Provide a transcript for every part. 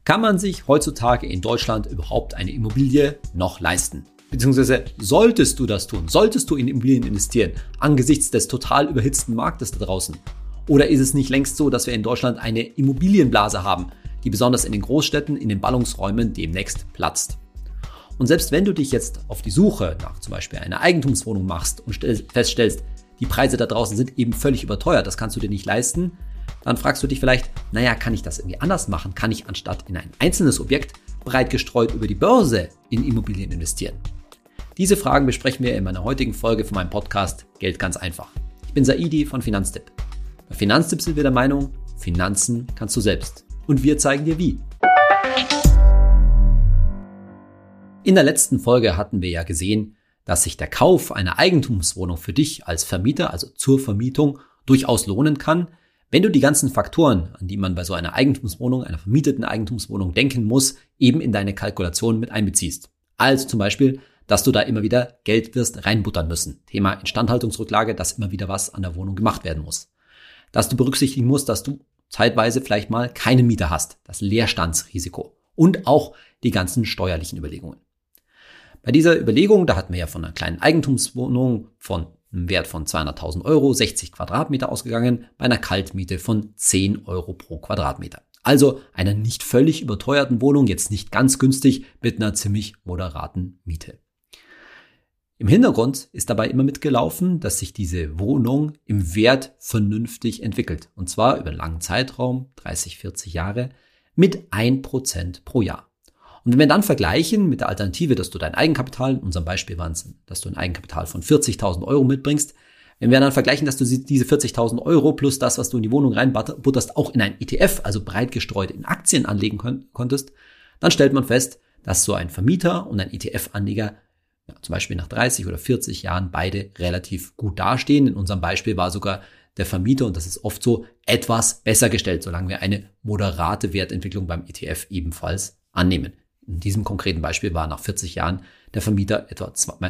Kann man sich heutzutage in Deutschland überhaupt eine Immobilie noch leisten? Beziehungsweise solltest du das tun? Solltest du in Immobilien investieren angesichts des total überhitzten Marktes da draußen? Oder ist es nicht längst so, dass wir in Deutschland eine Immobilienblase haben, die besonders in den Großstädten, in den Ballungsräumen demnächst platzt? Und selbst wenn du dich jetzt auf die Suche nach zum Beispiel einer Eigentumswohnung machst und feststellst, die Preise da draußen sind eben völlig überteuert, das kannst du dir nicht leisten, dann fragst du dich vielleicht, kann ich das irgendwie anders machen? Kann ich anstatt in ein einzelnes Objekt breit gestreut über die Börse in Immobilien investieren? Diese Fragen besprechen wir in meiner heutigen Folge von meinem Podcast Geld ganz einfach. Ich bin Saidi von Finanztipp. Bei Finanztipp sind wir der Meinung, Finanzen kannst du selbst. Und wir zeigen dir wie. In der letzten Folge hatten wir ja gesehen, dass sich der Kauf einer Eigentumswohnung für dich als Vermieter, also zur Vermietung, durchaus lohnen kann, wenn du die ganzen Faktoren, an die man bei so einer Eigentumswohnung, einer vermieteten Eigentumswohnung denken muss, eben in deine Kalkulation mit einbeziehst. Also zum Beispiel, dass du da immer wieder Geld wirst reinbuttern müssen. Thema Instandhaltungsrücklage, dass immer wieder was an der Wohnung gemacht werden muss. Dass du berücksichtigen musst, dass du zeitweise vielleicht mal keine Mieter hast, das Leerstandsrisiko und auch die ganzen steuerlichen Überlegungen. Bei dieser Überlegung, da hatten wir ja von einer kleinen Eigentumswohnung von einem Wert von 200.000 Euro, 60 Quadratmeter ausgegangen, bei einer Kaltmiete von 10 Euro pro Quadratmeter. Also einer nicht völlig überteuerten Wohnung, jetzt nicht ganz günstig, mit einer ziemlich moderaten Miete. Im Hintergrund ist dabei immer mitgelaufen, dass sich diese Wohnung im Wert vernünftig entwickelt. Und zwar über einen langen Zeitraum, 30, 40 Jahre, mit 1% pro Jahr. Und wenn wir dann vergleichen mit der Alternative, dass du dein Eigenkapital, in unserem Beispiel waren es, dass du ein Eigenkapital von 40.000 Euro mitbringst, wenn wir dann vergleichen, dass du diese 40.000 Euro plus das, was du in die Wohnung reinbutterst, auch in ein ETF, also breit gestreut in Aktien anlegen konntest, dann stellt man fest, dass so ein Vermieter und ein ETF-Anleger zum Beispiel nach 30 oder 40 Jahren beide relativ gut dastehen. In unserem Beispiel war sogar der Vermieter, und das ist oft so, etwas besser gestellt, solange wir eine moderate Wertentwicklung beim ETF ebenfalls annehmen. In diesem konkreten Beispiel war nach 40 Jahren der Vermieter etwa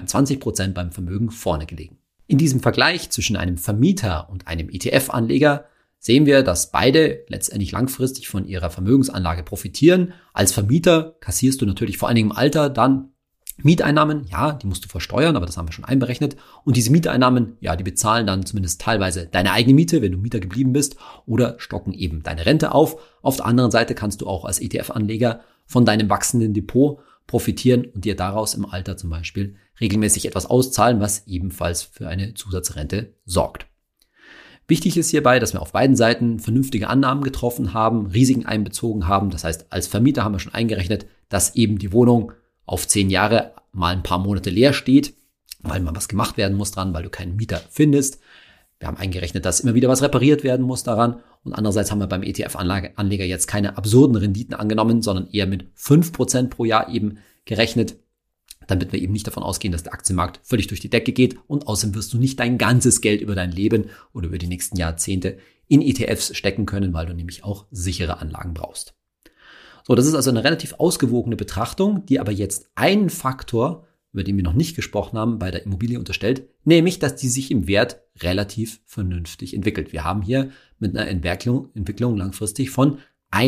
20% beim Vermögen vorne gelegen. In diesem Vergleich zwischen einem Vermieter und einem ETF-Anleger sehen wir, dass beide letztendlich langfristig von ihrer Vermögensanlage profitieren. Als Vermieter kassierst du natürlich vor allen Dingen im Alter dann Mieteinnahmen, ja, die musst du versteuern, aber das haben wir schon einberechnet. Und diese Mieteinnahmen, ja, die bezahlen dann zumindest teilweise deine eigene Miete, wenn du Mieter geblieben bist, oder stocken eben deine Rente auf. Auf der anderen Seite kannst du auch als ETF-Anleger von deinem wachsenden Depot profitieren und dir daraus im Alter zum Beispiel regelmäßig etwas auszahlen, was ebenfalls für eine Zusatzrente sorgt. Wichtig ist hierbei, dass wir auf beiden Seiten vernünftige Annahmen getroffen haben, Risiken einbezogen haben. Das heißt, als Vermieter haben wir schon eingerechnet, dass eben die Wohnung auf 10 Jahre mal ein paar Monate leer steht, weil mal was gemacht werden muss dran, weil du keinen Mieter findest. Wir haben eingerechnet, dass immer wieder was repariert werden muss daran. Und andererseits haben wir beim ETF-Anleger jetzt keine absurden Renditen angenommen, sondern eher mit 5% pro Jahr eben gerechnet, damit wir eben nicht davon ausgehen, dass der Aktienmarkt völlig durch die Decke geht. Und außerdem wirst du nicht dein ganzes Geld über dein Leben oder über die nächsten Jahrzehnte in ETFs stecken können, weil du nämlich auch sichere Anlagen brauchst. So, das ist also eine relativ ausgewogene Betrachtung, die aber jetzt einen Faktor, über den wir noch nicht gesprochen haben, bei der Immobilie unterstellt, nämlich, dass die sich im Wert relativ vernünftig entwickelt. Wir haben hier mit einer Entwicklung langfristig von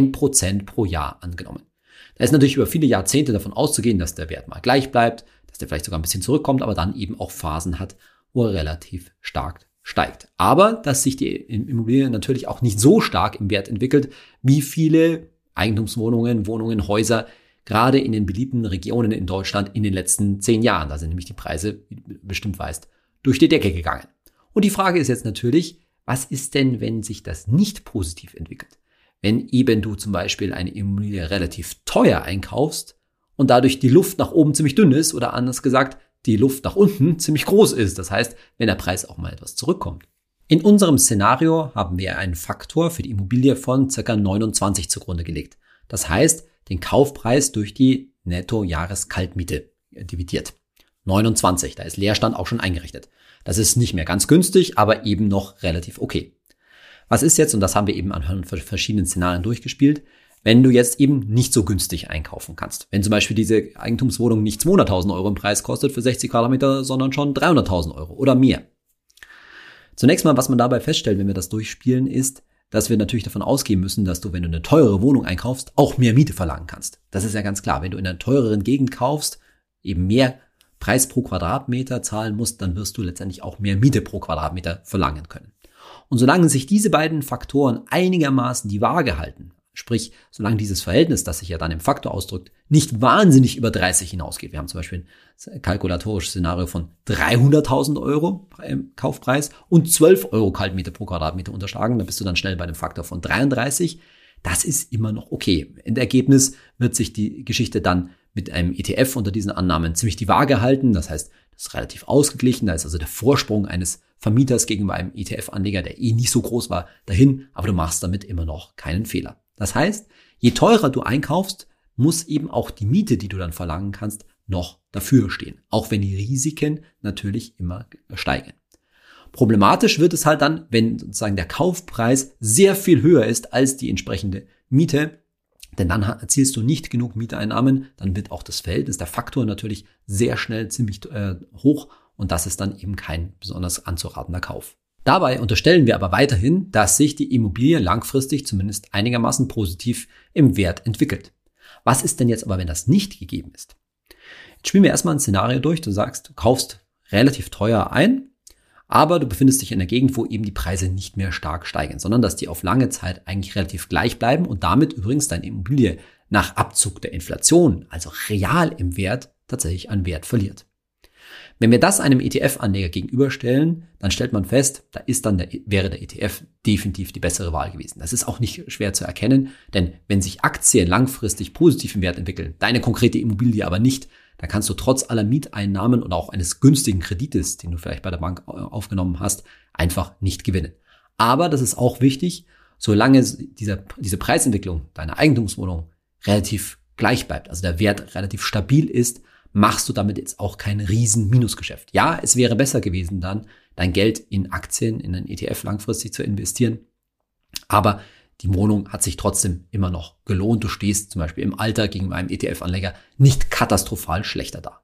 1% pro Jahr angenommen. Da ist natürlich über viele Jahrzehnte davon auszugehen, dass der Wert mal gleich bleibt, dass der vielleicht sogar ein bisschen zurückkommt, aber dann eben auch Phasen hat, wo er relativ stark steigt. Aber dass sich die Immobilie natürlich auch nicht so stark im Wert entwickelt, wie viele Eigentumswohnungen, Wohnungen, Häuser, gerade in den beliebten Regionen in Deutschland in den letzten 10 Jahren. Da sind nämlich die Preise, wie du bestimmt weißt, durch die Decke gegangen. Und die Frage ist jetzt natürlich, was ist denn, wenn sich das nicht positiv entwickelt? Wenn eben du zum Beispiel eine Immobilie relativ teuer einkaufst und dadurch die Luft nach oben ziemlich dünn ist oder anders gesagt, die Luft nach unten ziemlich groß ist. Das heißt, wenn der Preis auch mal etwas zurückkommt. In unserem Szenario haben wir einen Faktor für die Immobilie von ca. 29 zugrunde gelegt. Das heißt, den Kaufpreis durch die Netto-Jahreskaltmiete dividiert. 29, da ist Leerstand auch schon eingerechnet. Das ist nicht mehr ganz günstig, aber eben noch relativ okay. Was ist jetzt, und das haben wir eben anhand von verschiedenen Szenarien durchgespielt, wenn du jetzt eben nicht so günstig einkaufen kannst? Wenn zum Beispiel diese Eigentumswohnung nicht 200.000 Euro im Preis kostet für 60 Quadratmeter, sondern schon 300.000 Euro oder mehr. Zunächst mal, was man dabei feststellt, wenn wir das durchspielen, ist, dass wir natürlich davon ausgehen müssen, dass du, wenn du eine teure Wohnung einkaufst, auch mehr Miete verlangen kannst. Das ist ja ganz klar. Wenn du in einer teureren Gegend kaufst, eben mehr Preis pro Quadratmeter zahlen musst, dann wirst du letztendlich auch mehr Miete pro Quadratmeter verlangen können. Und solange sich diese beiden Faktoren einigermaßen die Waage halten, sprich, solange dieses Verhältnis, das sich ja dann im Faktor ausdrückt, nicht wahnsinnig über 30 hinausgeht. Wir haben zum Beispiel ein kalkulatorisches Szenario von 300.000 Euro im Kaufpreis und 12 Euro Kaltmiete pro Quadratmeter unterschlagen. Da bist du dann schnell bei einem Faktor von 33. Das ist immer noch okay. Im Ergebnis wird sich die Geschichte dann mit einem ETF unter diesen Annahmen ziemlich die Waage halten. Das heißt, das ist relativ ausgeglichen. Da ist also der Vorsprung eines Vermieters gegenüber einem ETF-Anleger, der nicht so groß war, dahin. Aber du machst damit immer noch keinen Fehler. Das heißt, je teurer du einkaufst, muss eben auch die Miete, die du dann verlangen kannst, noch dafür stehen. Auch wenn die Risiken natürlich immer steigen. Problematisch wird es halt dann, wenn sozusagen der Kaufpreis sehr viel höher ist als die entsprechende Miete. Denn dann erzielst du nicht genug Mieteinnahmen, dann wird auch das Verhältnis, der Faktor natürlich sehr schnell ziemlich hoch und das ist dann eben kein besonders anzuratender Kauf. Dabei unterstellen wir aber weiterhin, dass sich die Immobilie langfristig zumindest einigermaßen positiv im Wert entwickelt. Was ist denn jetzt aber, wenn das nicht gegeben ist? Jetzt spielen wir erstmal ein Szenario durch. Du sagst, du kaufst relativ teuer ein, aber du befindest dich in einer Gegend, wo eben die Preise nicht mehr stark steigen, sondern dass die auf lange Zeit eigentlich relativ gleich bleiben und damit übrigens deine Immobilie nach Abzug der Inflation, also real im Wert, tatsächlich an Wert verliert. Wenn wir das einem ETF-Anleger gegenüberstellen, dann stellt man fest, wäre der ETF definitiv die bessere Wahl gewesen. Das ist auch nicht schwer zu erkennen, denn wenn sich Aktien langfristig positiv im Wert entwickeln, deine konkrete Immobilie aber nicht, dann kannst du trotz aller Mieteinnahmen und auch eines günstigen Kredites, den du vielleicht bei der Bank aufgenommen hast, einfach nicht gewinnen. Aber das ist auch wichtig, solange diese Preisentwicklung deiner Eigentumswohnung relativ gleich bleibt, also der Wert relativ stabil ist, machst du damit jetzt auch kein riesen Minusgeschäft. Ja, es wäre besser gewesen dann, dein Geld in Aktien, in einen ETF langfristig zu investieren, aber die Wohnung hat sich trotzdem immer noch gelohnt. Du stehst zum Beispiel im Alter gegenüber einem ETF-Anleger nicht katastrophal schlechter da.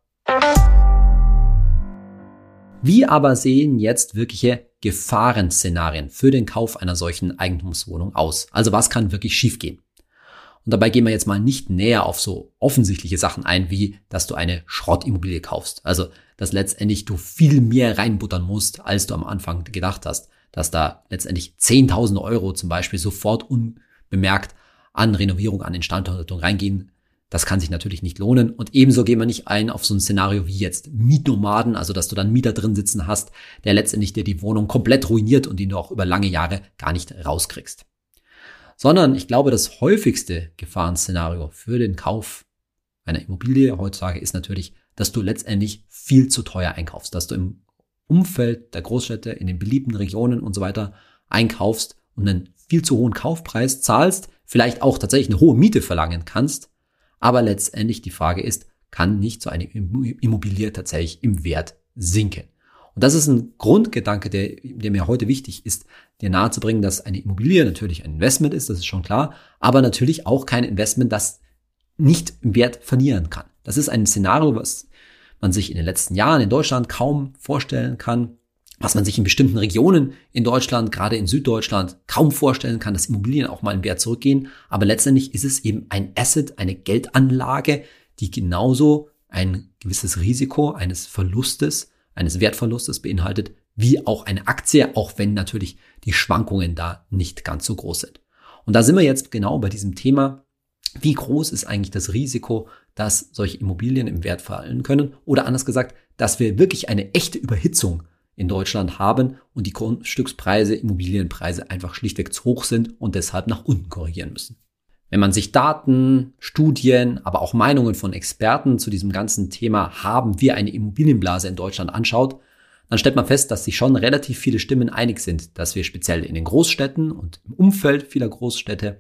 Wie aber sehen jetzt wirkliche Gefahrenszenarien für den Kauf einer solchen Eigentumswohnung aus? Also was kann wirklich schiefgehen? Und dabei gehen wir jetzt mal nicht näher auf so offensichtliche Sachen ein, wie dass du eine Schrottimmobilie kaufst. Also dass letztendlich du viel mehr reinbuttern musst, als du am Anfang gedacht hast. Dass da letztendlich 10.000 Euro zum Beispiel sofort unbemerkt an Renovierung, an Instandhaltung reingehen. Das kann sich natürlich nicht lohnen. Und ebenso gehen wir nicht ein auf so ein Szenario wie jetzt Mietnomaden, also dass du dann Mieter drin sitzen hast, der letztendlich dir die Wohnung komplett ruiniert und die du auch über lange Jahre gar nicht rauskriegst. Sondern ich glaube, das häufigste Gefahrenszenario für den Kauf einer Immobilie heutzutage ist natürlich, dass du letztendlich viel zu teuer einkaufst, dass du im Umfeld der Großstädte, in den beliebten Regionen und so weiter einkaufst und einen viel zu hohen Kaufpreis zahlst, vielleicht auch tatsächlich eine hohe Miete verlangen kannst, aber letztendlich die Frage ist, kann nicht so eine Immobilie tatsächlich im Wert sinken? Und das ist ein Grundgedanke, der mir heute wichtig ist, dir nahezubringen, dass eine Immobilie natürlich ein Investment ist, das ist schon klar, aber natürlich auch kein Investment, das nicht im Wert verlieren kann. Das ist ein Szenario, was man sich in den letzten Jahren in Deutschland kaum vorstellen kann, was man sich in bestimmten Regionen in Deutschland, gerade in Süddeutschland, kaum vorstellen kann, dass Immobilien auch mal im Wert zurückgehen. Aber letztendlich ist es eben ein Asset, eine Geldanlage, die genauso ein gewisses Risiko eines Verlustes, eines Wertverlustes beinhaltet, wie auch eine Aktie, auch wenn natürlich die Schwankungen da nicht ganz so groß sind. Und da sind wir jetzt genau bei diesem Thema, wie groß ist eigentlich das Risiko, dass solche Immobilien im Wert fallen können? Oder anders gesagt, dass wir wirklich eine echte Überhitzung in Deutschland haben und die Grundstückspreise, Immobilienpreise einfach schlichtweg zu hoch sind und deshalb nach unten korrigieren müssen. Wenn man sich Daten, Studien, aber auch Meinungen von Experten zu diesem ganzen Thema, haben wir eine Immobilienblase in Deutschland, anschaut, dann stellt man fest, dass sich schon relativ viele Stimmen einig sind, dass wir speziell in den Großstädten und im Umfeld vieler Großstädte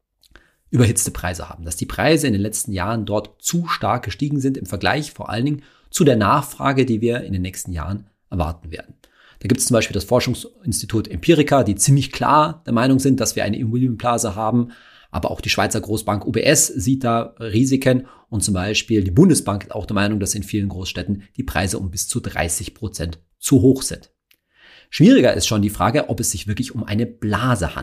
überhitzte Preise haben, dass die Preise in den letzten Jahren dort zu stark gestiegen sind im Vergleich vor allen Dingen zu der Nachfrage, die wir in den nächsten Jahren erwarten werden. Da gibt es zum Beispiel das Forschungsinstitut Empirica, die ziemlich klar der Meinung sind, dass wir eine Immobilienblase haben, aber auch die Schweizer Großbank UBS sieht da Risiken und zum Beispiel die Bundesbank ist auch der Meinung, dass in vielen Großstädten die Preise um bis zu 30% zu hoch sind. Schwieriger ist schon die Frage, ob es sich wirklich um eine Blase handelt.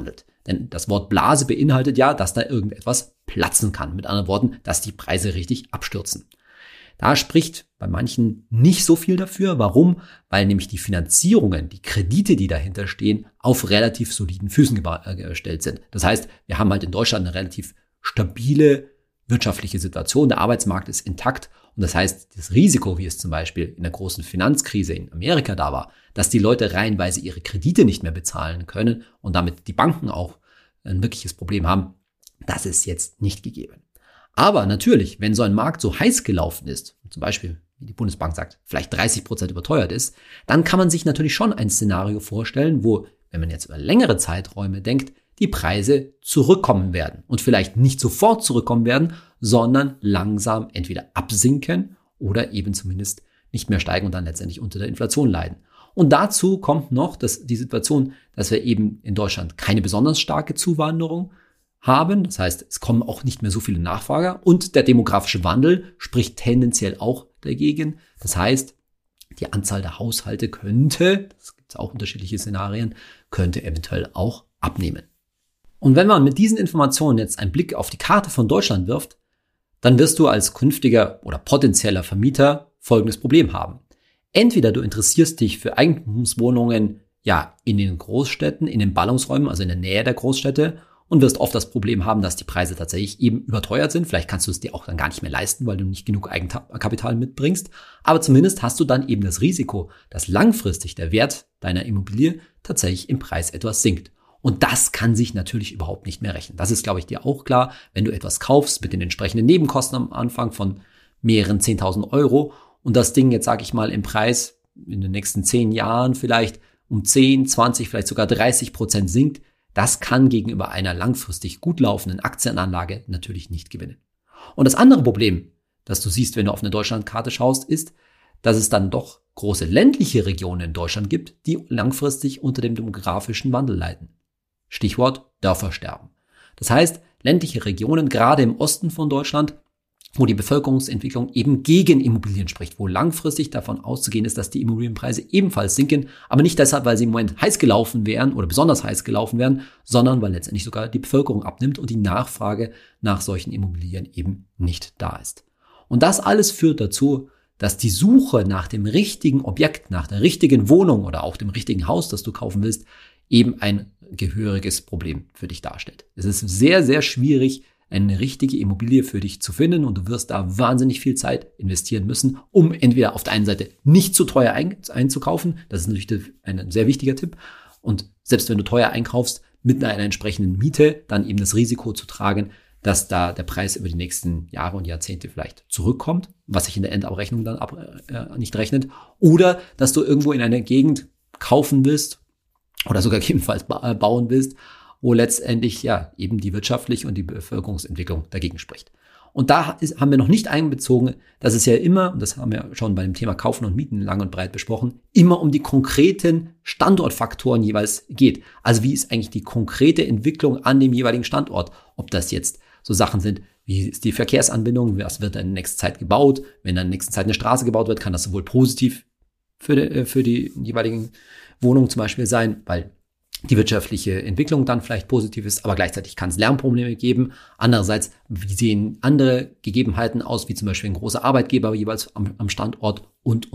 Denn das Wort Blase beinhaltet ja, dass da irgendetwas platzen kann. Mit anderen Worten, dass die Preise richtig abstürzen. Da spricht bei manchen nicht so viel dafür. Warum? Weil nämlich die Finanzierungen, die Kredite, die dahinter stehen, auf relativ soliden Füßen gestellt sind. Das heißt, wir haben halt in Deutschland eine relativ stabile wirtschaftliche Situation. Der Arbeitsmarkt ist intakt. Und das heißt, das Risiko, wie es zum Beispiel in der großen Finanzkrise in Amerika da war, dass die Leute reihenweise ihre Kredite nicht mehr bezahlen können und damit die Banken auch ein wirkliches Problem haben, das ist jetzt nicht gegeben. Aber natürlich, wenn so ein Markt so heiß gelaufen ist, zum Beispiel, wie die Bundesbank sagt, vielleicht 30% überteuert ist, dann kann man sich natürlich schon ein Szenario vorstellen, wo, wenn man jetzt über längere Zeiträume denkt, die Preise zurückkommen werden. Und vielleicht nicht sofort zurückkommen werden, sondern langsam entweder absinken oder eben zumindest nicht mehr steigen und dann letztendlich unter der Inflation leiden. Und dazu kommt noch die Situation, dass wir eben in Deutschland keine besonders starke Zuwanderung haben. Das heißt, es kommen auch nicht mehr so viele Nachfrager und der demografische Wandel spricht tendenziell auch dagegen. Das heißt, die Anzahl der Haushalte könnte, das gibt es auch unterschiedliche Szenarien, könnte eventuell auch abnehmen. Und wenn man mit diesen Informationen jetzt einen Blick auf die Karte von Deutschland wirft, dann wirst du als künftiger oder potenzieller Vermieter folgendes Problem haben. Entweder du interessierst dich für Eigentumswohnungen in den Großstädten, in den Ballungsräumen, also in der Nähe der Großstädte und wirst oft das Problem haben, dass die Preise tatsächlich eben überteuert sind. Vielleicht kannst du es dir auch dann gar nicht mehr leisten, weil du nicht genug Eigenkapital mitbringst. Aber zumindest hast du dann eben das Risiko, dass langfristig der Wert deiner Immobilie tatsächlich im Preis etwas sinkt. Und das kann sich natürlich überhaupt nicht mehr rechnen. Das ist, glaube ich, dir auch klar, wenn du etwas kaufst mit den entsprechenden Nebenkosten am Anfang von mehreren 10.000 Euro und das Ding jetzt, sage ich mal, im Preis in den nächsten 10 Jahren vielleicht um 10, 20, vielleicht sogar 30% sinkt, das kann gegenüber einer langfristig gut laufenden Aktienanlage natürlich nicht gewinnen. Und das andere Problem, das du siehst, wenn du auf eine Deutschlandkarte schaust, ist, dass es dann doch große ländliche Regionen in Deutschland gibt, die langfristig unter dem demografischen Wandel leiden. Stichwort Dörfersterben. Das heißt, ländliche Regionen, gerade im Osten von Deutschland, wo die Bevölkerungsentwicklung eben gegen Immobilien spricht, wo langfristig davon auszugehen ist, dass die Immobilienpreise ebenfalls sinken, aber nicht deshalb, weil sie im Moment heiß gelaufen wären oder besonders heiß gelaufen wären, sondern weil letztendlich sogar die Bevölkerung abnimmt und die Nachfrage nach solchen Immobilien eben nicht da ist. Und das alles führt dazu, dass die Suche nach dem richtigen Objekt, nach der richtigen Wohnung oder auch dem richtigen Haus, das du kaufen willst, eben ein gehöriges Problem für dich darstellt. Es ist sehr, sehr schwierig, eine richtige Immobilie für dich zu finden und du wirst da wahnsinnig viel Zeit investieren müssen, um entweder auf der einen Seite nicht zu teuer einzukaufen, das ist natürlich ein sehr wichtiger Tipp, und selbst wenn du teuer einkaufst, mit einer entsprechenden Miete dann eben das Risiko zu tragen, dass da der Preis über die nächsten Jahre und Jahrzehnte vielleicht zurückkommt, was sich in der Endabrechnung dann nicht rechnet, oder dass du irgendwo in einer Gegend kaufen willst oder sogar gegebenenfalls bauen willst, wo letztendlich eben die wirtschaftliche und die Bevölkerungsentwicklung dagegen spricht. Und da haben wir noch nicht einbezogen, dass es ja immer, und das haben wir schon bei dem Thema Kaufen und Mieten lang und breit besprochen, immer um die konkreten Standortfaktoren jeweils geht. Also wie ist eigentlich die konkrete Entwicklung an dem jeweiligen Standort? Ob das jetzt so Sachen sind, wie ist die Verkehrsanbindung, was wird in der nächsten Zeit gebaut? Wenn dann in der nächsten Zeit eine Straße gebaut wird, kann das sowohl positiv für die jeweiligen Wohnungen zum Beispiel sein, weil die wirtschaftliche Entwicklung dann vielleicht positiv ist, aber gleichzeitig kann es Lärmprobleme geben. Andererseits, wie sehen andere Gegebenheiten aus, wie zum Beispiel ein großer Arbeitgeber jeweils am Standort und.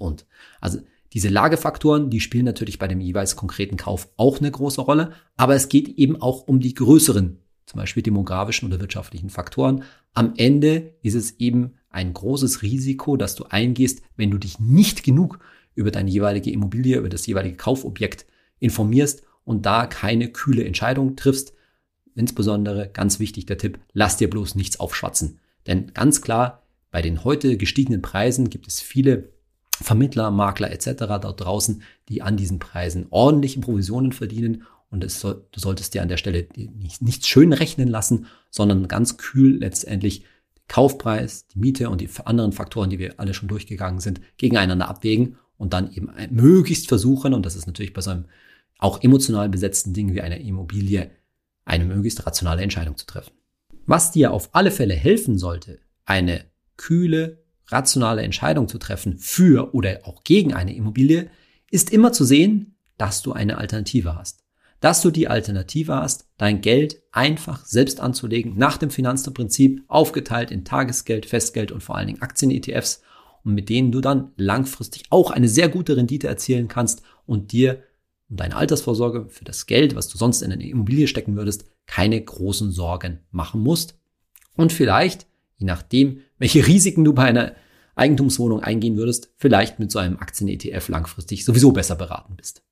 Also diese Lagefaktoren, die spielen natürlich bei dem jeweils konkreten Kauf auch eine große Rolle, aber es geht eben auch um die größeren, zum Beispiel demografischen oder wirtschaftlichen Faktoren. Am Ende ist es eben ein großes Risiko, das du eingehst, wenn du dich nicht genug über deine jeweilige Immobilie, über das jeweilige Kaufobjekt informierst und da keine kühle Entscheidung triffst. Insbesondere, ganz wichtig der Tipp, lass dir bloß nichts aufschwatzen. Denn ganz klar, bei den heute gestiegenen Preisen gibt es viele Vermittler, Makler etc. dort draußen, die an diesen Preisen ordentliche Provisionen verdienen. Und du solltest dir an der Stelle nichts schön rechnen lassen, sondern ganz kühl letztendlich den Kaufpreis, die Miete und die anderen Faktoren, die wir alle schon durchgegangen sind, gegeneinander abwägen und dann eben möglichst versuchen, und das ist natürlich bei so einem auch emotional besetzten Ding wie einer Immobilie, eine möglichst rationale Entscheidung zu treffen. Was dir auf alle Fälle helfen sollte, eine kühle, rationale Entscheidung zu treffen für oder auch gegen eine Immobilie, ist immer zu sehen, dass du eine Alternative hast. dass du die Alternative hast, dein Geld einfach selbst anzulegen, nach dem Finanzprinzip, aufgeteilt in Tagesgeld, Festgeld und vor allen Dingen Aktien-ETFs, und mit denen du dann langfristig auch eine sehr gute Rendite erzielen kannst und dir um deine Altersvorsorge für das Geld, was du sonst in eine Immobilie stecken würdest, keine großen Sorgen machen musst. Und vielleicht, je nachdem, welche Risiken du bei einer Eigentumswohnung eingehen würdest, vielleicht mit so einem Aktien-ETF langfristig sowieso besser beraten bist.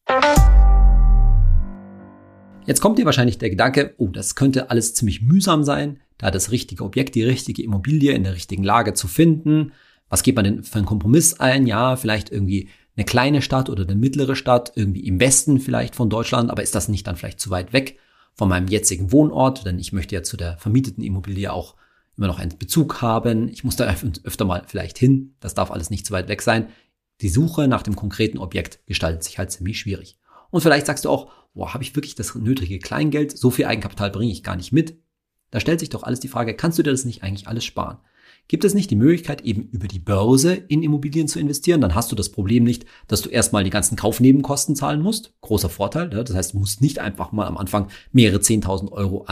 Jetzt kommt dir wahrscheinlich der Gedanke, oh, das könnte alles ziemlich mühsam sein, da das richtige Objekt, die richtige Immobilie in der richtigen Lage zu finden. Was geht man denn für einen Kompromiss ein? Ja, vielleicht irgendwie eine kleine Stadt oder eine mittlere Stadt, irgendwie im Westen vielleicht von Deutschland, aber ist das nicht dann vielleicht zu weit weg von meinem jetzigen Wohnort? Denn ich möchte ja zu der vermieteten Immobilie auch immer noch einen Bezug haben. Ich muss da öfter mal vielleicht hin. Das darf alles nicht zu weit weg sein. Die Suche nach dem konkreten Objekt gestaltet sich halt ziemlich schwierig. Und vielleicht sagst du auch, boah, habe ich wirklich das nötige Kleingeld? So viel Eigenkapital bringe ich gar nicht mit. Da stellt sich doch alles die Frage, kannst du dir das nicht eigentlich alles sparen? Gibt es nicht die Möglichkeit, eben über die Börse in Immobilien zu investieren? Dann hast du das Problem nicht, dass du erstmal die ganzen Kaufnebenkosten zahlen musst. Großer Vorteil. Das heißt, du musst nicht einfach mal am Anfang mehrere 10.000 Euro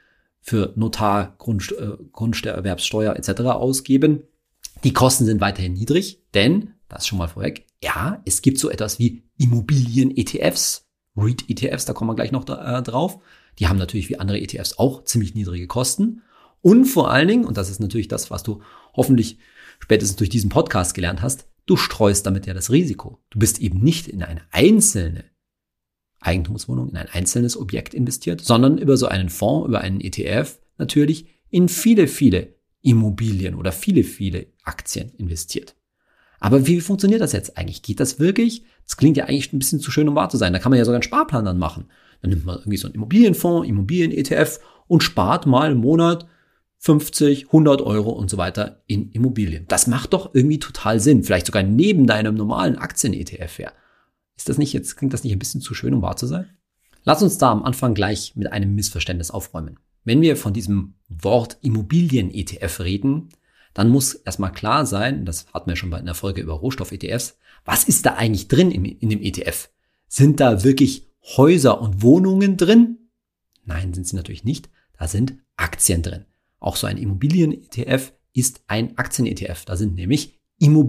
für Notar, Grunderwerbssteuer etc. ausgeben. Die Kosten sind weiterhin niedrig, denn, das schon mal vorweg, ja, es gibt so etwas wie Immobilien-ETFs, REIT-ETFs, da kommen wir gleich noch drauf. Die haben natürlich wie andere ETFs auch ziemlich niedrige Kosten. Und vor allen Dingen, und das ist natürlich das, was du hoffentlich spätestens durch diesen Podcast gelernt hast, du streust damit ja das Risiko. Du bist eben nicht in eine einzelne Eigentumswohnung, in ein einzelnes Objekt investiert, sondern über so einen Fonds, über einen ETF natürlich in viele, viele Immobilien oder viele, viele Aktien investiert. Aber wie funktioniert das jetzt eigentlich? Geht das wirklich? Das klingt ja eigentlich ein bisschen zu schön, um wahr zu sein. Da kann man ja sogar einen Sparplan dann machen. Dann nimmt man irgendwie so einen Immobilienfonds, Immobilien-ETF und spart mal im Monat 50, 100 Euro und so weiter in Immobilien. Das macht doch irgendwie total Sinn. Vielleicht sogar neben deinem normalen Aktien-ETF her. Klingt das nicht ein bisschen zu schön, um wahr zu sein? Lass uns da am Anfang gleich mit einem Missverständnis aufräumen. Wenn wir von diesem Wort Immobilien-ETF reden, dann muss erstmal klar sein, das hatten wir schon in der Folge über Rohstoff-ETFs, was ist da eigentlich drin in dem ETF? Sind da wirklich Häuser und Wohnungen drin? Nein, sind sie natürlich nicht. Da sind Aktien drin. Auch so ein Immobilien-ETF ist ein Aktien-ETF. Da sind nämlich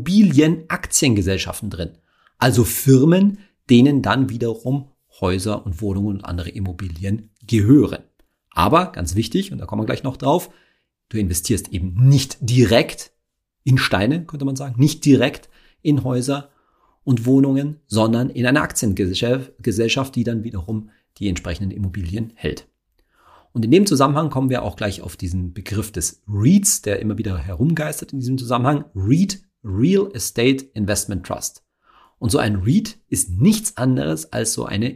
Immobilien-Aktiengesellschaften drin. Also Firmen, denen dann wiederum Häuser und Wohnungen und andere Immobilien gehören. Aber ganz wichtig, und da kommen wir gleich noch drauf, du investierst eben nicht direkt in Steine, könnte man sagen, nicht direkt in Häuser und Wohnungen, sondern in eine Aktiengesellschaft, die dann wiederum die entsprechenden Immobilien hält. Und in dem Zusammenhang kommen wir auch gleich auf diesen Begriff des REITs, der immer wieder herumgeistert in diesem Zusammenhang. REIT, Real Estate Investment Trust. Und so ein REIT ist nichts anderes als so eine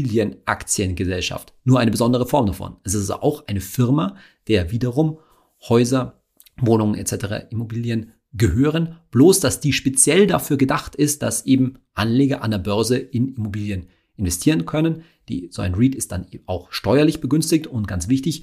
Immobilienaktiengesellschaft. Nur eine besondere Form davon. Es ist auch eine Firma, der wiederum Häuser, Wohnungen etc. Immobilien gehören. Bloß, dass die speziell dafür gedacht ist, dass eben Anleger an der Börse in Immobilien investieren können. So ein REIT ist dann auch steuerlich begünstigt und ganz wichtig,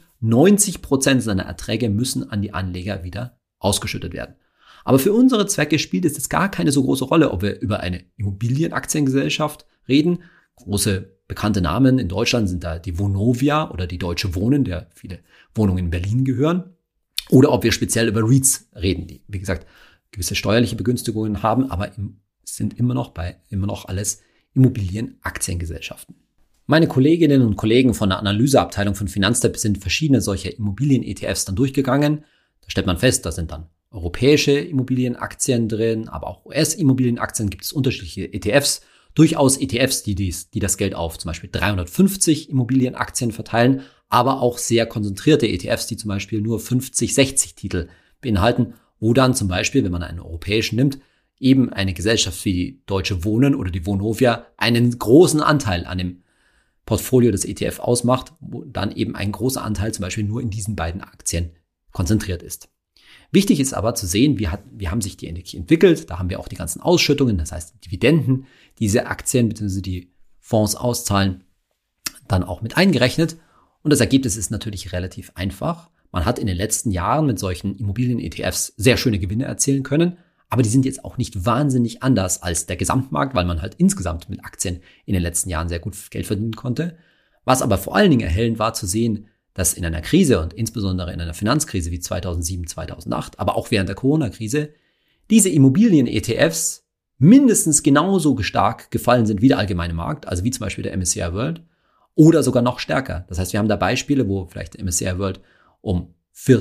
90% seiner Erträge müssen an die Anleger wieder ausgeschüttet werden. Aber für unsere Zwecke spielt es jetzt gar keine so große Rolle, ob wir über eine Immobilienaktiengesellschaft reden. Große bekannte Namen in Deutschland sind da die Vonovia oder die Deutsche Wohnen, der viele Wohnungen in Berlin gehören. Oder ob wir speziell über REITs reden, die, wie gesagt, gewisse steuerliche Begünstigungen haben, aber sind immer noch alles Immobilienaktiengesellschaften. Meine Kolleginnen und Kollegen von der Analyseabteilung von Finanztip sind verschiedene solche Immobilien-ETFs dann durchgegangen. Da stellt man fest, da sind dann europäische Immobilienaktien drin, aber auch US-Immobilienaktien, gibt es unterschiedliche ETFs. Durchaus ETFs, die das Geld auf zum Beispiel 350 Immobilienaktien verteilen, aber auch sehr konzentrierte ETFs, die zum Beispiel nur 50, 60 Titel beinhalten, wo dann zum Beispiel, wenn man einen europäischen nimmt, eben eine Gesellschaft wie die Deutsche Wohnen oder die Vonovia einen großen Anteil an dem Portfolio des ETF ausmacht, wo dann eben ein großer Anteil zum Beispiel nur in diesen beiden Aktien konzentriert ist. Wichtig ist aber zu sehen, wie haben sich die entwickelt. Da haben wir auch die ganzen Ausschüttungen, das heißt Dividenden, diese Aktien bzw. die Fonds auszahlen, dann auch mit eingerechnet. Und das Ergebnis ist natürlich relativ einfach. Man hat in den letzten Jahren mit solchen Immobilien-ETFs sehr schöne Gewinne erzielen können, aber die sind jetzt auch nicht wahnsinnig anders als der Gesamtmarkt, weil man halt insgesamt mit Aktien in den letzten Jahren sehr gut Geld verdienen konnte. Was aber vor allen Dingen erhellend war zu sehen, dass in einer Krise und insbesondere in einer Finanzkrise wie 2007, 2008, aber auch während der Corona-Krise, diese Immobilien-ETFs mindestens genauso stark gefallen sind wie der allgemeine Markt, also wie zum Beispiel der MSCI World, oder sogar noch stärker. Das heißt, wir haben da Beispiele, wo vielleicht der MSCI World um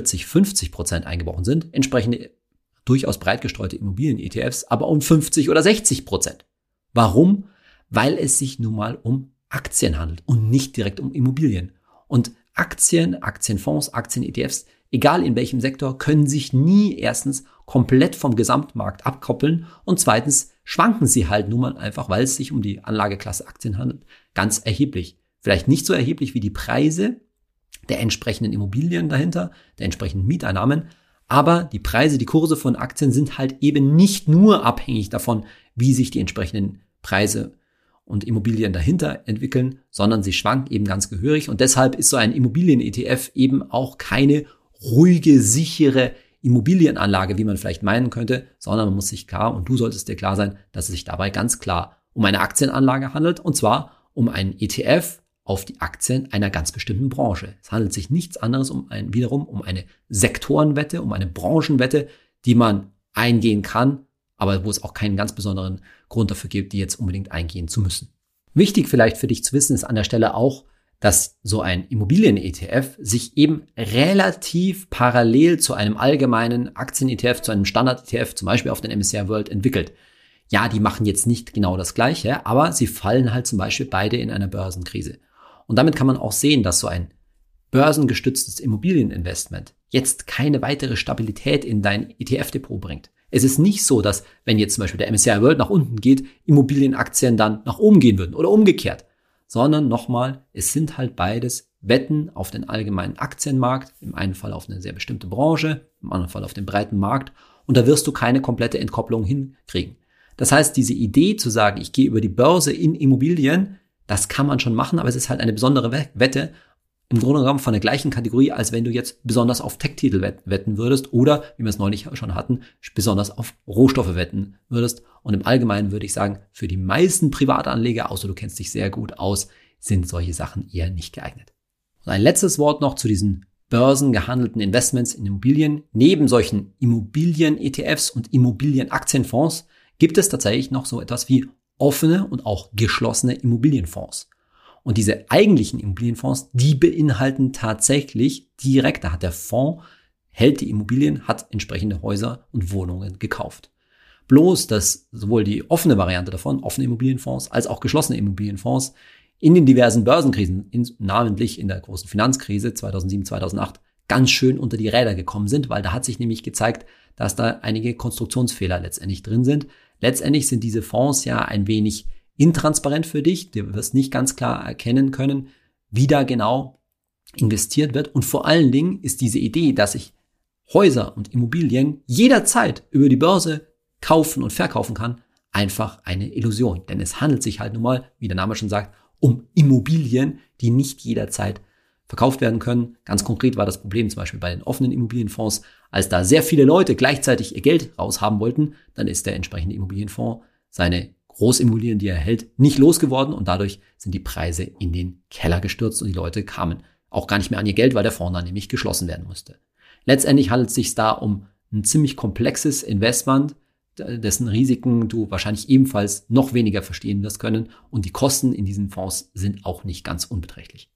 40-50% eingebrochen sind, entsprechende durchaus breit gestreute Immobilien-ETFs, aber um 50 oder 60%. Warum? Weil es sich nun mal um Aktien handelt und nicht direkt um Immobilien. Und Aktien, Aktienfonds, Aktien-ETFs, egal in welchem Sektor, können sich nie erstens komplett vom Gesamtmarkt abkoppeln und zweitens schwanken sie halt nun mal einfach, weil es sich um die Anlageklasse Aktien handelt, ganz erheblich. Vielleicht nicht so erheblich wie die Preise der entsprechenden Immobilien dahinter, der entsprechenden Mieteinnahmen, aber die Preise, die Kurse von Aktien sind halt eben nicht nur abhängig davon, wie sich die entsprechenden Preise und Immobilien dahinter entwickeln, sondern sie schwanken eben ganz gehörig und deshalb ist so ein Immobilien-ETF eben auch keine ruhige, sichere Immobilienanlage, wie man vielleicht meinen könnte, sondern man muss sich klar, und du solltest dir klar sein, dass es sich dabei ganz klar um eine Aktienanlage handelt und zwar um einen ETF auf die Aktien einer ganz bestimmten Branche. Es handelt sich nichts anderes wiederum um eine Sektorenwette, um eine Branchenwette, die man eingehen kann, aber wo es auch keinen ganz besonderen Grund dafür gibt, die jetzt unbedingt eingehen zu müssen. Wichtig vielleicht für dich zu wissen ist an der Stelle auch, dass so ein Immobilien-ETF sich eben relativ parallel zu einem allgemeinen Aktien-ETF, zu einem Standard-ETF, zum Beispiel auf den MSCI World entwickelt. Ja, die machen jetzt nicht genau das Gleiche, aber sie fallen halt zum Beispiel beide in einer Börsenkrise. Und damit kann man auch sehen, dass so ein börsengestütztes Immobilieninvestment jetzt keine weitere Stabilität in dein ETF-Depot bringt. Es ist nicht so, dass wenn jetzt zum Beispiel der MSCI World nach unten geht, Immobilienaktien dann nach oben gehen würden oder umgekehrt. Sondern nochmal, es sind halt beides Wetten auf den allgemeinen Aktienmarkt, im einen Fall auf eine sehr bestimmte Branche, im anderen Fall auf den breiten Markt und da wirst du keine komplette Entkopplung hinkriegen. Das heißt, diese Idee zu sagen, ich gehe über die Börse in Immobilien, das kann man schon machen, aber es ist halt eine besondere Wette, im Grunde genommen von der gleichen Kategorie, als wenn du jetzt besonders auf Tech-Titel wetten würdest oder, wie wir es neulich schon hatten, besonders auf Rohstoffe wetten würdest. Und im Allgemeinen würde ich sagen, für die meisten Privatanleger, außer du kennst dich sehr gut aus, sind solche Sachen eher nicht geeignet. Und ein letztes Wort noch zu diesen börsengehandelten Investments in Immobilien. Neben solchen Immobilien-ETFs und Immobilienaktienfonds gibt es tatsächlich noch so etwas wie offene und auch geschlossene Immobilienfonds. Und diese eigentlichen Immobilienfonds, die beinhalten tatsächlich direkt, da hat der Fonds, hält die Immobilien, hat entsprechende Häuser und Wohnungen gekauft. Bloß, dass sowohl die offene Variante davon, offene Immobilienfonds, als auch geschlossene Immobilienfonds in den diversen Börsenkrisen, namentlich in der großen Finanzkrise 2007, 2008, ganz schön unter die Räder gekommen sind, weil da hat sich nämlich gezeigt, dass da einige Konstruktionsfehler letztendlich drin sind. Letztendlich sind diese Fonds ja ein wenig intransparent für dich. Du wirst nicht ganz klar erkennen können, wie da genau investiert wird. Und vor allen Dingen ist diese Idee, dass ich Häuser und Immobilien jederzeit über die Börse kaufen und verkaufen kann, einfach eine Illusion. Denn es handelt sich halt nun mal, wie der Name schon sagt, um Immobilien, die nicht jederzeit verkauft werden können. Ganz konkret war das Problem zum Beispiel bei den offenen Immobilienfonds, als da sehr viele Leute gleichzeitig ihr Geld raushaben wollten, dann ist der entsprechende Immobilienfonds seine Großimmobilien, die er hält, nicht losgeworden und dadurch sind die Preise in den Keller gestürzt und die Leute kamen auch gar nicht mehr an ihr Geld, weil der Fonds dann nämlich geschlossen werden musste. Letztendlich handelt es sich da um ein ziemlich komplexes Investment, dessen Risiken du wahrscheinlich ebenfalls noch weniger verstehen wirst können und die Kosten in diesen Fonds sind auch nicht ganz unbeträchtlich.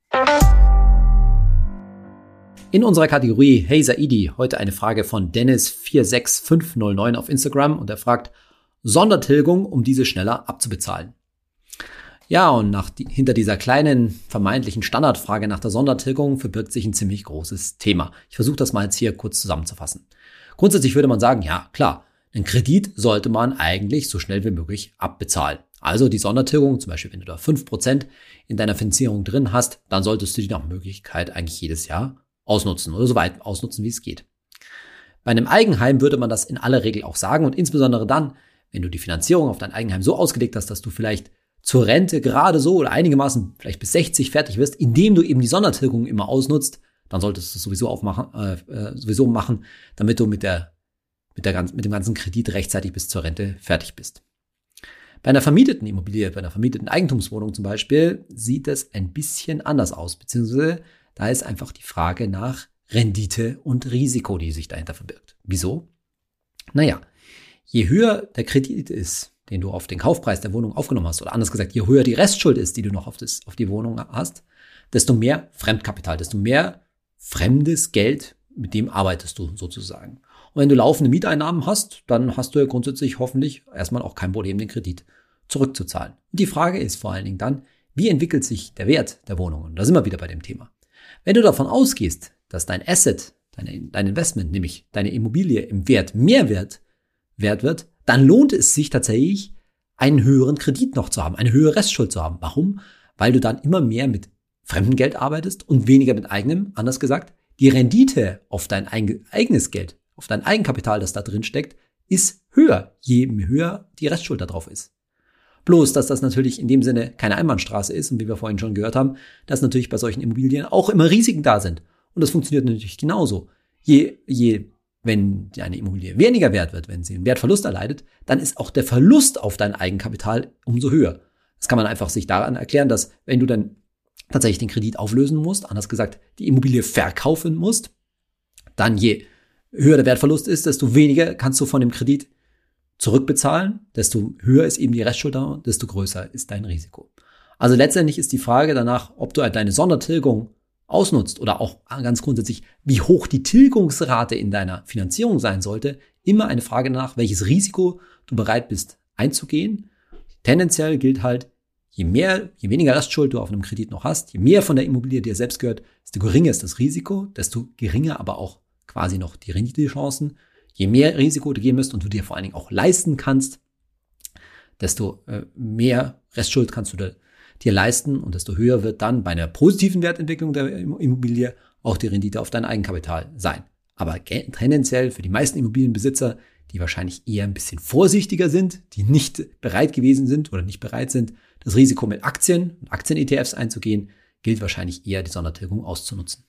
In unserer Kategorie Hey Saidi heute eine Frage von Dennis46509 auf Instagram und er fragt, Sondertilgung, um diese schneller abzubezahlen. Ja, und hinter dieser kleinen vermeintlichen Standardfrage nach der Sondertilgung verbirgt sich ein ziemlich großes Thema. Ich versuche das mal jetzt hier kurz zusammenzufassen. Grundsätzlich würde man sagen, ja klar, einen Kredit sollte man eigentlich so schnell wie möglich abbezahlen. Also die Sondertilgung, zum Beispiel wenn du da 5% in deiner Finanzierung drin hast, dann solltest du die nach Möglichkeit eigentlich jedes Jahr ausnutzen oder so weit ausnutzen, wie es geht. Bei einem Eigenheim würde man das in aller Regel auch sagen und insbesondere dann, wenn du die Finanzierung auf dein Eigenheim so ausgelegt hast, dass du vielleicht zur Rente gerade so oder einigermaßen vielleicht bis 60 fertig wirst, indem du eben die Sondertilgung immer ausnutzt, dann solltest du es sowieso machen, damit du mit dem ganzen Kredit rechtzeitig bis zur Rente fertig bist. Bei einer vermieteten Immobilie, bei einer vermieteten Eigentumswohnung zum Beispiel, sieht es ein bisschen anders aus, beziehungsweise da ist einfach die Frage nach Rendite und Risiko, die sich dahinter verbirgt. Wieso? Naja, je höher der Kredit ist, den du auf den Kaufpreis der Wohnung aufgenommen hast, oder anders gesagt, je höher die Restschuld ist, die du noch auf die Wohnung hast, desto mehr Fremdkapital, desto mehr fremdes Geld, mit dem arbeitest du sozusagen. Und wenn du laufende Mieteinnahmen hast, dann hast du ja grundsätzlich hoffentlich erstmal auch kein Problem, den Kredit zurückzuzahlen. Und die Frage ist vor allen Dingen dann, wie entwickelt sich der Wert der Wohnung? Und da sind wir wieder bei dem Thema. Wenn du davon ausgehst, dass dein Asset, dein Investment, nämlich deine Immobilie im Wert mehr wert wird, dann lohnt es sich tatsächlich, einen höheren Kredit noch zu haben, eine höhere Restschuld zu haben. Warum? Weil du dann immer mehr mit fremdem Geld arbeitest und weniger mit eigenem. Anders gesagt, die Rendite auf dein eigenes Geld, auf dein Eigenkapital, das da drin steckt, ist höher, je höher die Restschuld da drauf ist. Bloß, dass das natürlich in dem Sinne keine Einbahnstraße ist und wie wir vorhin schon gehört haben, dass natürlich bei solchen Immobilien auch immer Risiken da sind. Und das funktioniert natürlich genauso. Wenn eine Immobilie weniger wert wird, wenn sie einen Wertverlust erleidet, dann ist auch der Verlust auf dein Eigenkapital umso höher. Das kann man einfach sich daran erklären, dass wenn du dann tatsächlich den Kredit auflösen musst, anders gesagt, die Immobilie verkaufen musst, dann je höher der Wertverlust ist, desto weniger kannst du von dem Kredit zurückbezahlen, desto höher ist eben die Restschuld da, desto größer ist dein Risiko. Also letztendlich ist die Frage danach, ob du deine Sondertilgung ausnutzt oder auch ganz grundsätzlich, wie hoch die Tilgungsrate in deiner Finanzierung sein sollte, immer eine Frage danach, welches Risiko du bereit bist einzugehen. Tendenziell gilt halt, je weniger Restschuld du auf einem Kredit noch hast, je mehr von der Immobilie dir selbst gehört, desto geringer ist das Risiko, desto geringer aber auch quasi noch die Renditechancen. Je mehr Risiko du gehen musst und du dir vor allen Dingen auch leisten kannst, desto mehr Restschuld kannst du dir leisten und desto höher wird dann bei einer positiven Wertentwicklung der Immobilie auch die Rendite auf dein Eigenkapital sein. Aber tendenziell für die meisten Immobilienbesitzer, die wahrscheinlich eher ein bisschen vorsichtiger sind, die nicht bereit gewesen sind oder nicht bereit sind, das Risiko mit Aktien und Aktien-ETFs einzugehen, gilt wahrscheinlich eher die Sondertilgung auszunutzen.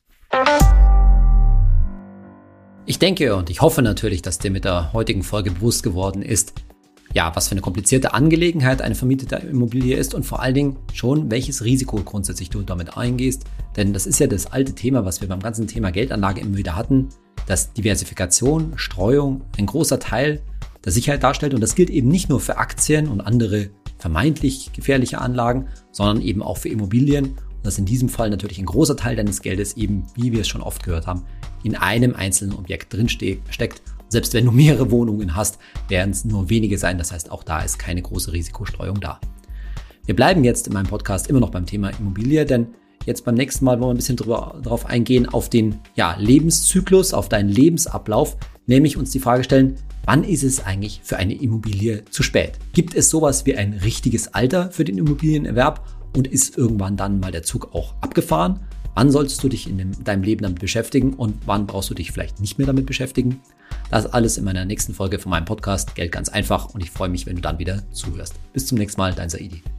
Ich denke und ich hoffe natürlich, dass dir mit der heutigen Folge bewusst geworden ist, ja, was für eine komplizierte Angelegenheit eine vermietete Immobilie ist und vor allen Dingen schon, welches Risiko grundsätzlich du damit eingehst. Denn das ist ja das alte Thema, was wir beim ganzen Thema Geldanlage immer wieder hatten, dass Diversifikation, Streuung ein großer Teil der Sicherheit darstellt. Und das gilt eben nicht nur für Aktien und andere vermeintlich gefährliche Anlagen, sondern eben auch für Immobilien. Und dass in diesem Fall natürlich ein großer Teil deines Geldes eben, wie wir es schon oft gehört haben, in einem einzelnen Objekt drin steckt. Selbst wenn du mehrere Wohnungen hast, werden es nur wenige sein. Das heißt, auch da ist keine große Risikostreuung da. Wir bleiben jetzt in meinem Podcast immer noch beim Thema Immobilie, denn jetzt beim nächsten Mal wollen wir ein bisschen darauf eingehen, auf den Lebenszyklus, auf deinen Lebensablauf, nämlich uns die Frage stellen, wann ist es eigentlich für eine Immobilie zu spät? Gibt es sowas wie ein richtiges Alter für den Immobilienerwerb und ist irgendwann dann mal der Zug auch abgefahren? Wann solltest du dich in deinem Leben damit beschäftigen und wann brauchst du dich vielleicht nicht mehr damit beschäftigen? Das alles in meiner nächsten Folge von meinem Podcast Geld ganz einfach und ich freue mich, wenn du dann wieder zuhörst. Bis zum nächsten Mal, dein Saidi.